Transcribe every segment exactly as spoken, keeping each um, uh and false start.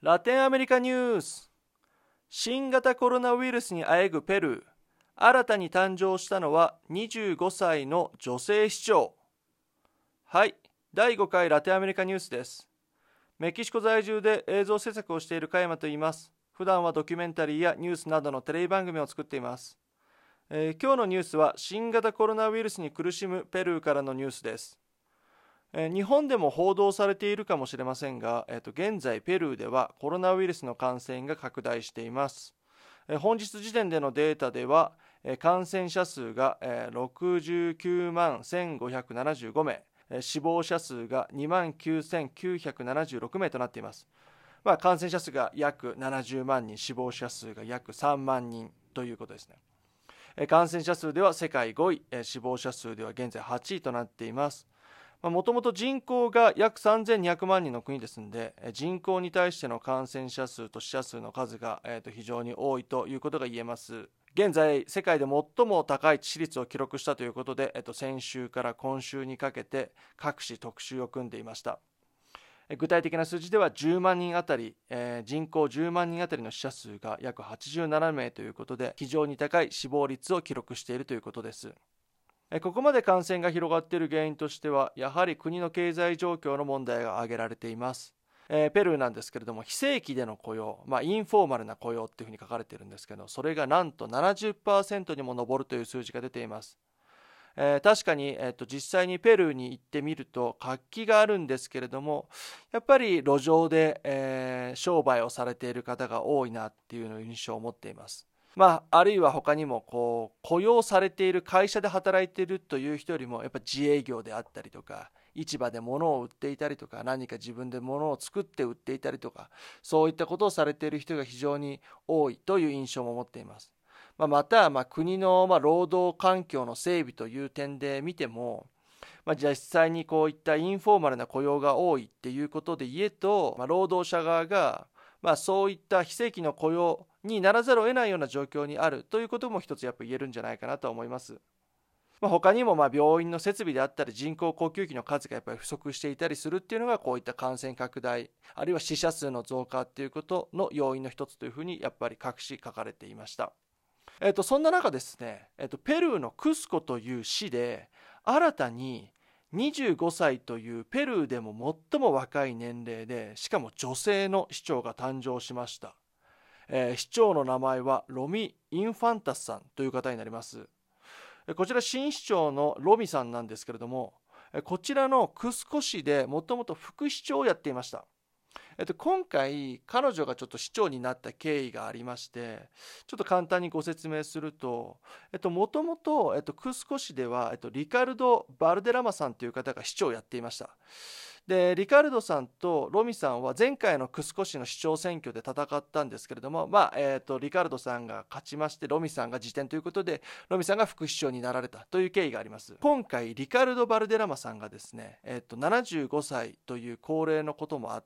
ラテンアメリカニュース。新型コロナウイルスにあえぐペルー。新たに誕生したのはにじゅうごさいの女性市長。はい、だいごかいラテンアメリカニュースです。メキシコ在住で映像制作をしている加山と言います。普段はドキュメンタリーやニュースなどのテレビ番組を作っています。えー、今日のニュースは新型コロナウイルスに苦しむペルーからのニュースです。えー、日本でも報道されているかもしれませんが、えーと、現在ペルーではコロナウイルスの感染が拡大しています。えー、本日時点でのデータでは、えー、感染者数が、えー、ろくじゅうきゅうまんせんごひゃくななじゅうごめい、えー、死亡者数が にまんきゅうせんきゅうひゃくななじゅうろくめいとなっています。まあ、感染者数が約ななじゅうまんにん、死亡者数が約さんまんにんということですね。感染者数では世界ごい、死亡者数では現在はちいとなっています。もともと人口が約さんぜんにひゃくまんにんの国ですので、人口に対しての感染者数と死者数の数が非常に多いということが言えます。現在世界で最も高い致死率を記録したということで、先週から今週にかけて各紙特集を組んでいました。具体的な数字ではじゅうまんにんあたり、えー、人口じゅうまんにんあたりの死者数が約はちじゅうななめいということで、非常に高い死亡率を記録しているということです。えー、ここまで感染が広がっている原因としては、やはり国の経済状況の問題が挙げられています。えー、ペルーなんですけれども、非正規での雇用、まあ、インフォーマルな雇用っていうふうに書かれているんですけど、それがなんと ななじゅっパーセント にも上るという数字が出ています。えー、確かに、えーと、実際にペルーに行ってみると活気があるんですけれども、やっぱり路上で、えー、商売をされている方が多いなっていう印象を持っています。まあ、あるいは他にもこう雇用されている会社で働いているという人よりもやっぱ自営業であったりとか、市場で物を売っていたりとか、何か自分で物を作って売っていたりとか、そういったことをされている人が非常に多いという印象も持っています。また、まあ、国のまあ労働環境の整備という点で見ても、まあ、実際にこういったインフォーマルな雇用が多いっていうことで言えと、まあ、労働者側が、まあ、そういった非正規の雇用にならざるを得ないような状況にあるということも一つやっぱ言えるんじゃないかなと思います。まあ、他にもまあ病院の設備であったり人工呼吸器の数がやっぱり不足していたりするっていうのがこういった感染拡大あるいは死者数の増加っていうことの要因の一つというふうにやっぱり各紙書かれていました。えっと、そんな中ですね、えっと、ペルーのクスコという市で新たににじゅうごさいというペルーでも最も若い年齢で、しかも女性の市長が誕生しました。えー、市長の名前はロミ・インファンタスさんという方になります。こちら新市長のロミさんなんですけれども、こちらのクスコ市でもともと副市長をやっていました。えっと、今回彼女がちょっと市長になった経緯がありまして、ちょっと簡単にご説明すると、えっと、もともと、えっと、クスコ市では、えっと、リカルド・バルデラマさんという方が市長をやっていました。で、リカルドさんとロミさんは前回のクスコ市の市長選挙で戦ったんですけれども、まあ、えっと、リカルドさんが勝ちまして、ロミさんが辞典ということで、ロミさんが副市長になられたという経緯があります。今回、リカルド・バルデラマさんがですね、えっと、ななじゅうごさいという高齢のこともあって、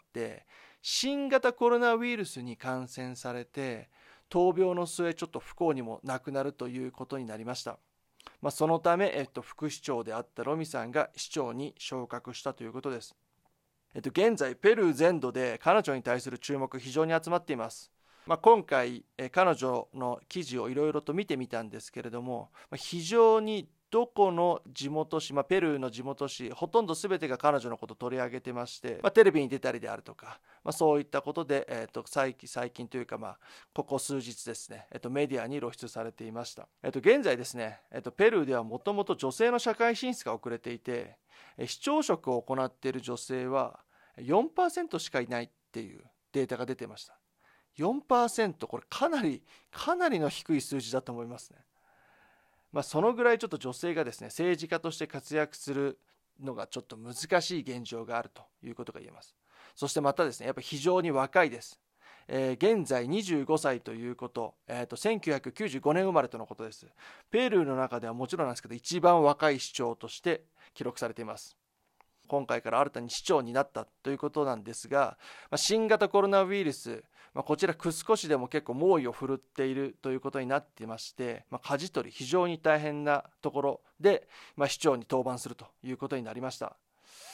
新型コロナウイルスに感染されて、闘病の末ちょっと不幸にも亡くなるということになりました。まあ、そのため、えっと、副市長であったロミさんが市長に昇格したということです。えっと、現在ペルー全土で彼女に対する注目非常に集まっています。まあ、今回え彼女の記事をいろいろと見てみたんですけれども、非常にどこの地元紙、まあ、ペルーの地元紙ほとんど全てが彼女のことを取り上げてまして、まあ、テレビに出たりであるとか、まあ、そういったことで、えー、と最近最近というか、まあ、ここ数日ですね、えー、とメディアに露出されていました。えー、と現在ですね、えー、とペルーではもともと女性の社会進出が遅れていて、市長職を行っている女性はよんパーセント しかいないっていうデータが出てました。よんパーセント、これかなりかなりの低い数字だと思いますね。まあ、そのぐらいちょっと女性がですね、政治家として活躍するのがちょっと難しい現状があるということが言えます。そしてまたですね、やっぱり非常に若いです。えー、現在にじゅうごさいということ、えーと、せんきゅうひゃくきゅうじゅうごねん生まれとのことです。ペルーの中ではもちろんなんですけど、一番若い市長として記録されています。今回から新たに市長になったということなんですが、新型コロナウイルス、こちらクスコ市でも結構猛威を振るっているということになっていまして、舵取り非常に大変なところで、市長に登板するということになりました。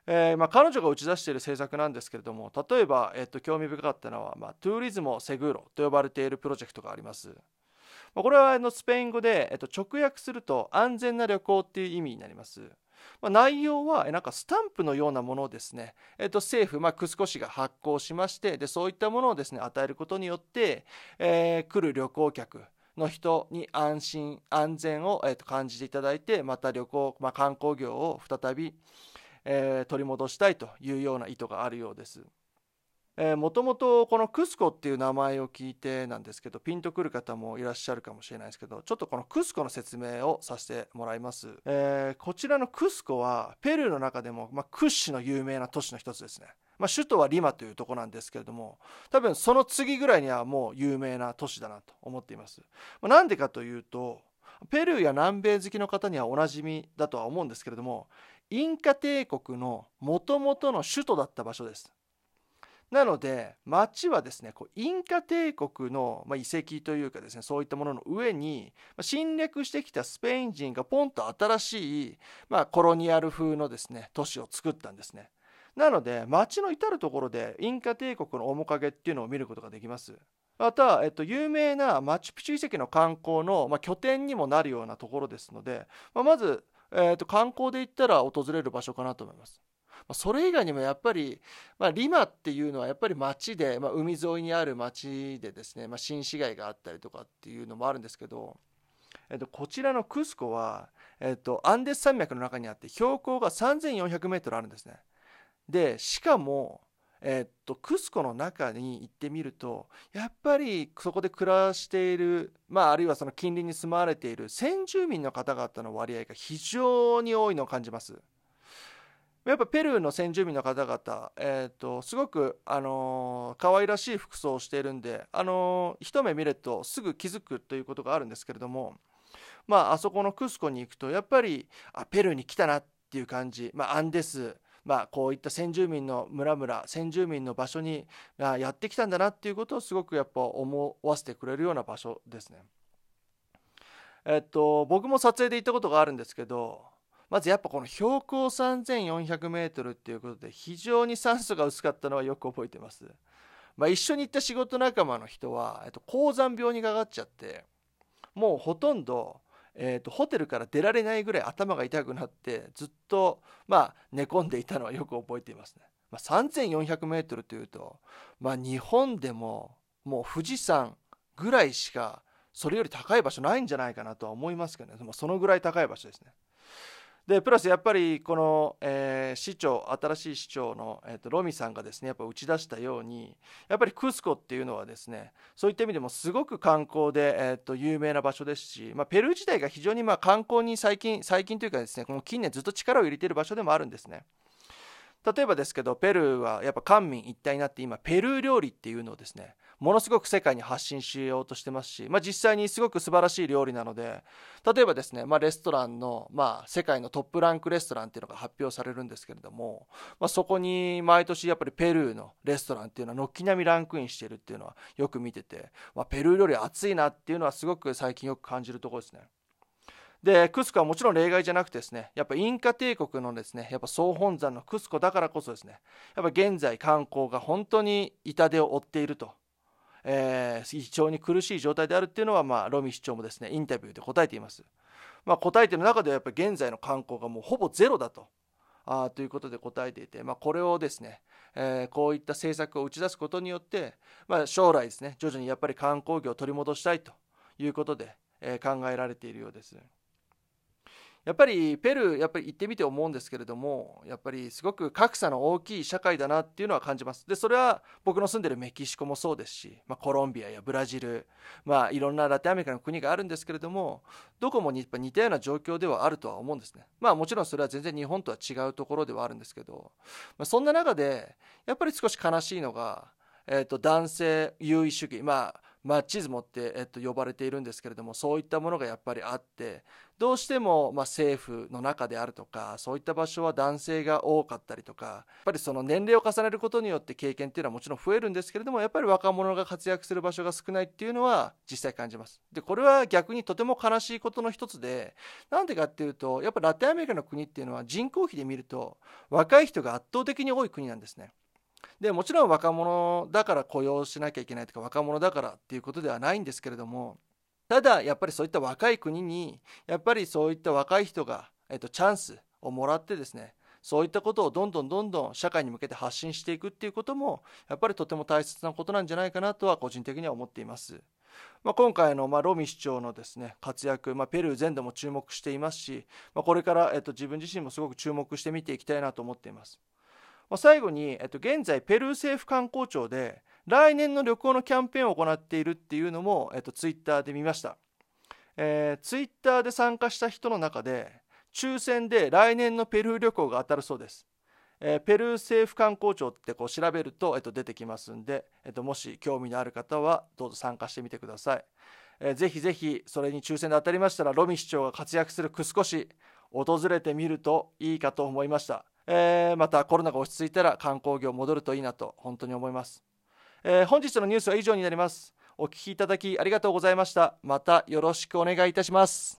えーまあ、彼女が打ち出している政策なんですけれども、例えば、えー、と興味深かったのは、まあ、トゥーリズモ・セグーロと呼ばれているプロジェクトがあります。まあ、これはあのスペイン語で、えー、と直訳すると安全な旅行っていう意味になります。まあ、内容はなんかスタンプのようなものをですね、えー、と政府、まあ、クスコ市が発行しまして、でそういったものをですね与えることによって、えー、来る旅行客の人に安心安全を、えー、と感じていただいて、また旅行、まあ、観光業を再び、えー、取り戻したいというような意図があるようです。もともとこのクスコっていう名前を聞いてなんですけど、ピンとくる方もいらっしゃるかもしれないですけど、ちょっとこのクスコの説明をさせてもらいます。えー、こちらのクスコはペルーの中でも、まあ、屈指の有名な都市の一つですね。まあ、首都はリマというところなんですけれども、多分その次ぐらいにはもう有名な都市だなと思っています。まあ、なんでかというと、ペルーや南米好きの方にはおなじみだとは思うんですけれども、インカ帝国のもともとの首都だった場所です。なので町はですね、こうインカ帝国の、まあ、遺跡というかですね、そういったものの上に、まあ、侵略してきたスペイン人がポンと新しい、まあ、コロニアル風のですね都市を作ったんですね。なので町の至るところでインカ帝国の面影っていうのを見ることができます。また、えっと、有名なマチュピチュ遺跡の観光の、まあ、拠点にもなるようなところですので、まあ、まず、えっと、観光で行ったら訪れる場所かなと思います。それ以外にもやっぱり、まあ、リマっていうのはやっぱり町で、まあ、海沿いにある町でですね、まあ、新市街があったりとかっていうのもあるんですけど、えっと、こちらのクスコは、えっと、アンデス山脈の中にあって標高がさんぜんよんひゃくメートルあるんですね。でしかも、えっと、クスコの中に行ってみるとやっぱりそこで暮らしている、まあ、あるいはその近隣に住まわれている先住民の方々の割合が非常に多いのを感じます。やっぱペルーの先住民の方々、えー、とすごく、あのー、可愛らしい服装をしているんで、あのー、一目見るとすぐ気づくということがあるんですけれども、まあ、あそこのクスコに行くとやっぱりあペルーに来たなっていう感じ、まあ、アンデス、まあ、こういった先住民の村々先住民の場所にやってきたんだなっていうことをすごくやっぱ思わせてくれるような場所ですね。えっと僕も撮影で行ったことがあるんですけど、まずやっぱこの標高さんぜんよんひゃくメートルっていうことで非常に酸素が薄かったのはよく覚えてます。まあ、一緒に行った仕事仲間の人は、えっと、高山病にかかっちゃってもうほとんど、えっと、ホテルから出られないぐらい頭が痛くなってずっと、まあ、寝込んでいたのはよく覚えていますね。まあ、さんぜんよんひゃくメートルというと、まあ、日本でももう富士山ぐらいしかそれより高い場所ないんじゃないかなとは思いますけどね。もうそのぐらい高い場所ですね。でプラスやっぱりこの、えー市長新しい市長の、えーとロミさんがですねやっぱ打ち出したようにやっぱりクスコっていうのはですねそういった意味でもすごく観光で、えーと有名な場所ですし、まあ、ペルー自体が非常にまあ観光に最近最近というかですねこの近年ずっと力を入れている場所でもあるんですね。例えばですけどペルーはやっぱ官民一体になって今ペルー料理っていうのをですねものすごく世界に発信しようとしてますし、まあ、実際にすごく素晴らしい料理なので例えばですね、まあ、レストランの、まあ、世界のトップランクレストランっていうのが発表されるんですけれども、まあ、そこに毎年やっぱりペルーのレストランっていうのは軒並みランクインしているっていうのはよく見てて、まあ、ペルー料理熱いなっていうのはすごく最近よく感じるところですね。でクスコはもちろん例外じゃなくてですねやっぱインカ帝国のですねやっぱ総本山のクスコだからこそですねやっぱ現在観光が本当に痛手を負っていると、えー、非常に苦しい状態であるっていうのは、まあ、ロミ市長もですねインタビューで答えています。まあ、答えている中ではやっぱり現在の観光がもうほぼゼロだとあということで答えていて、まあ、これをですね、えー、こういった政策を打ち出すことによって、まあ、将来ですね徐々にやっぱり観光業を取り戻したいということで、えー、考えられているようです。やっぱりペルーやっぱり行ってみて思うんですけれどもやっぱりすごく格差の大きい社会だなっていうのは感じます。でそれは僕の住んでるメキシコもそうですし、まあ、コロンビアやブラジル、まあ、いろんなラテンアメリカの国があるんですけれどもどこもやっぱ似たような状況ではあるとは思うんですね。まあもちろんそれは全然日本とは違うところではあるんですけど、まあ、そんな中でやっぱり少し悲しいのが、えーと男性優位主義、まあマッチズモって、えっと、呼ばれているんですけれども、そういったものがやっぱりあって、どうしても、まあ、政府の中であるとか、そういった場所は男性が多かったりとか、やっぱりその年齢を重ねることによって経験っていうのはもちろん増えるんですけれども、やっぱり若者が活躍する場所が少ないっていうのは実際感じます。で、これは逆にとても悲しいことの一つで、なんでかっていうと、やっぱラテンアメリカの国っていうのは人口比で見ると、若い人が圧倒的に多い国なんですね。でもちろん若者だから雇用しなきゃいけないとか若者だからっていうことではないんですけれども、ただやっぱりそういった若い国にやっぱりそういった若い人が、えっと、チャンスをもらってですね、そういったことをどんどんどんどん社会に向けて発信していくっていうこともやっぱりとても大切なことなんじゃないかなとは個人的には思っています。まあ、今回の、まあ、ロミ市長のですね活躍、まあ、ペルー全土も注目していますし、まあ、これから、えっと、自分自身もすごく注目して見ていきたいなと思っています。最後に、えっと、現在ペルー政府観光庁で来年の旅行のキャンペーンを行っているっていうのも、えっと、ツイッターで見ました。えー、ツイッターで参加した人の中で抽選で来年のペルー旅行が当たるそうです。えー、ペルー政府観光庁ってこう調べると、えっと、出てきますんで、えっと、もし興味のある方はどうぞ参加してみてください。えー、ぜひぜひそれに抽選で当たりましたらロミ市長が活躍するクスコ市訪れてみるといいかと思いました。えー、またコロナが落ち着いたら観光業戻るといいなと本当に思います。えー、本日のニュースは以上になります。お聞きいただきありがとうございました。またよろしくお願いいたします。